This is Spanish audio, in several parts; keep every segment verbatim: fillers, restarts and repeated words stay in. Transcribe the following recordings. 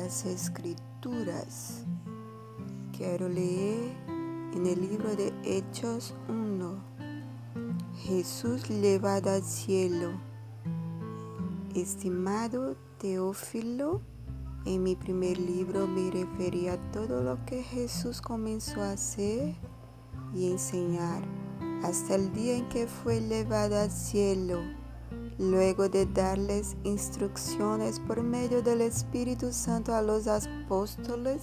las Escrituras. Quiero leer en el libro de Hechos uno. Jesús llevado al cielo. Estimado Teófilo, en mi primer libro me refería a todo lo que Jesús comenzó a hacer y enseñar hasta el día en que fue llevado al cielo, luego de darles instrucciones por medio del Espíritu Santo a los apóstoles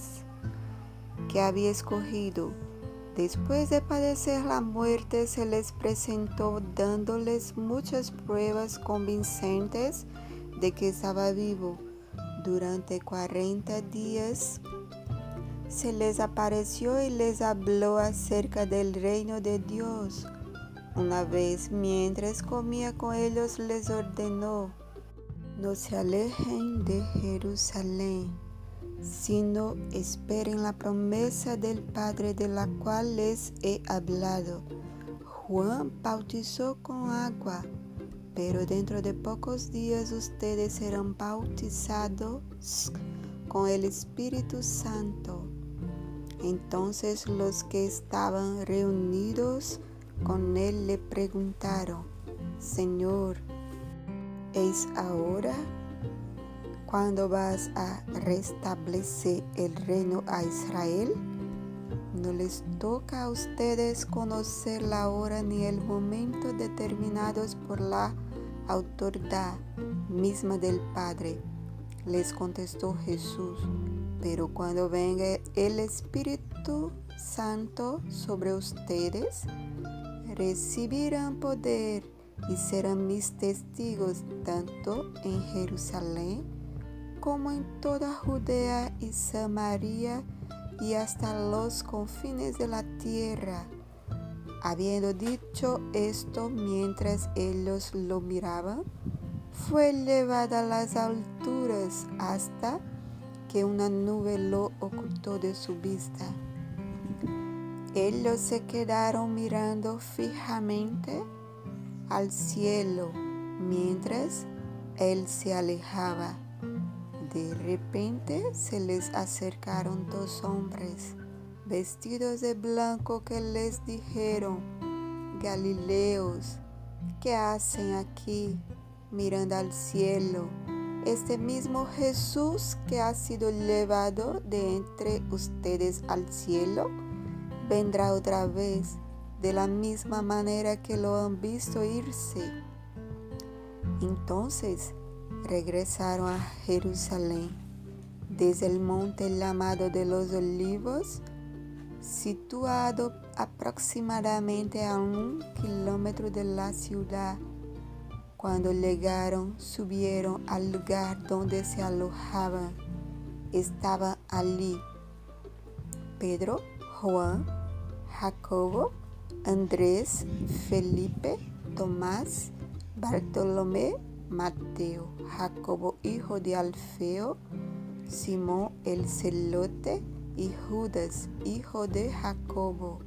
que había escogido. Después de padecer la muerte, se les presentó dándoles muchas pruebas convincentes de que estaba vivo. Durante cuarenta días se les apareció y les habló acerca del reino de Dios. Una vez, mientras comía con ellos, les ordenó: no se alejen de Jerusalén, sino esperen la promesa del Padre de la cual les he hablado. Juan bautizó con agua, pero dentro de pocos días ustedes serán bautizados con el Espíritu Santo. Entonces los que estaban reunidos con él le preguntaron: Señor, ¿es ahora cuando vas a restablecer el reino a Israel? No les toca a ustedes conocer la hora ni el momento determinados por la autoridad misma del Padre. Les contestó Jesús: pero cuando venga el Espíritu Santo sobre ustedes, recibirán poder y serán mis testigos tanto en Jerusalén como en toda Judea y Samaria y hasta los confines de la tierra. Habiendo dicho esto, mientras ellos lo miraban, fue llevado a las alturas hasta que una nube lo ocultó de su vista. Ellos se quedaron mirando fijamente al cielo mientras él se alejaba. De repente se les acercaron dos hombres vestidos de blanco que les dijeron: Galileos, ¿qué hacen aquí mirando al cielo? Este mismo Jesús que ha sido llevado de entre ustedes al cielo, vendrá otra vez de la misma manera que lo han visto irse. Entonces regresaron a Jerusalén desde el monte llamado de los Olivos, situado aproximadamente a un kilómetro de la ciudad. Cuando llegaron, subieron al lugar donde se alojaban. Estaban allí Pedro, Juan, Jacobo, Andrés, Felipe, Tomás, Bartolomé, Mateo, Jacobo hijo de Alfeo, Simón el celote y Judas hijo de Jacobo.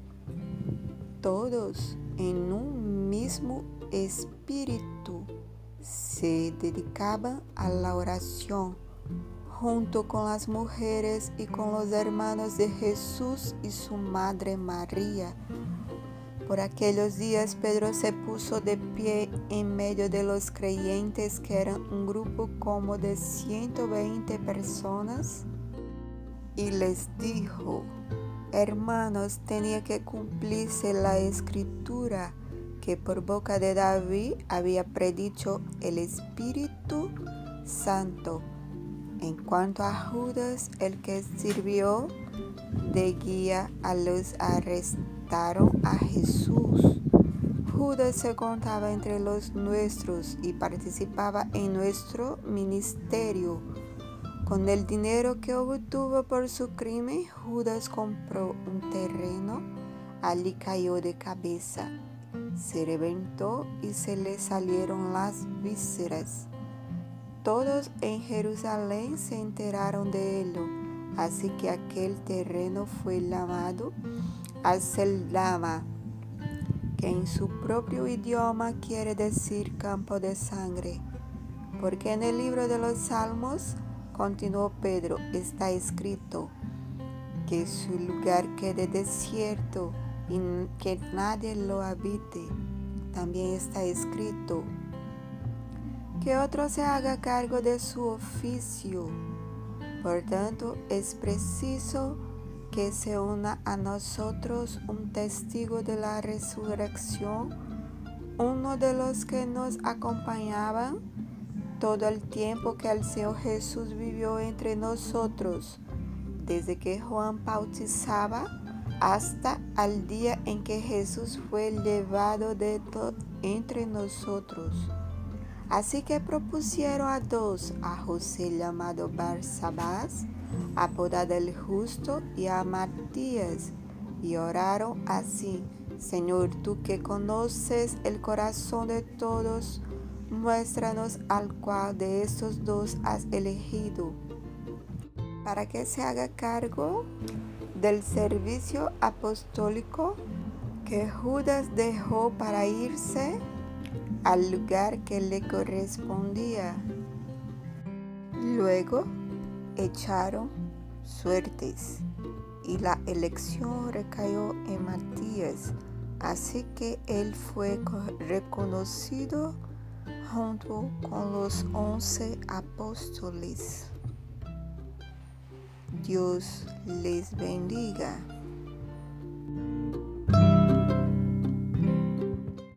Todos en un mismo espíritu se dedicaban a la oración, junto con las mujeres y con los hermanos de Jesús y su madre María. Por aquellos días Pedro se puso de pie en medio de los creyentes, que eran un grupo como de ciento veinte personas, y les dijo: hermanos, tenía que cumplirse la escritura que por boca de David había predicho el Espíritu Santo en cuanto a Judas, el que sirvió de guía a los arrestaron a Jesús. Judas se contaba entre los nuestros y participaba en nuestro ministerio. Con el dinero que obtuvo por su crimen, Judas compró un terreno. Allí cayó de cabeza, se reventó y se le salieron las vísceras. Todos en Jerusalén se enteraron de ello, así que aquel terreno fue llamado Aceldama, que en su propio idioma quiere decir campo de sangre, porque en el libro de los Salmos continuó Pedro, está escrito que su lugar quede desierto y que nadie lo habite. También está escrito que otro se haga cargo de su oficio. Por tanto, es preciso que se una a nosotros un testigo de la resurrección, uno de los que nos acompañaban todo el tiempo que el Señor Jesús vivió entre nosotros, desde que Juan bautizaba hasta el día en que Jesús fue llevado de todo entre nosotros. Así que propusieron a dos, a José llamado Barsabás, apodado el Justo, y a Matías, y oraron así: Señor, tú que conoces el corazón de todos, muéstranos al cual de estos dos has elegido, para que se haga cargo del servicio apostólico que Judas dejó para irse al lugar que le correspondía. Luego echaron suertes y la elección recayó en Matías, así que él fue reconocido junto con los once apóstoles. Dios les bendiga.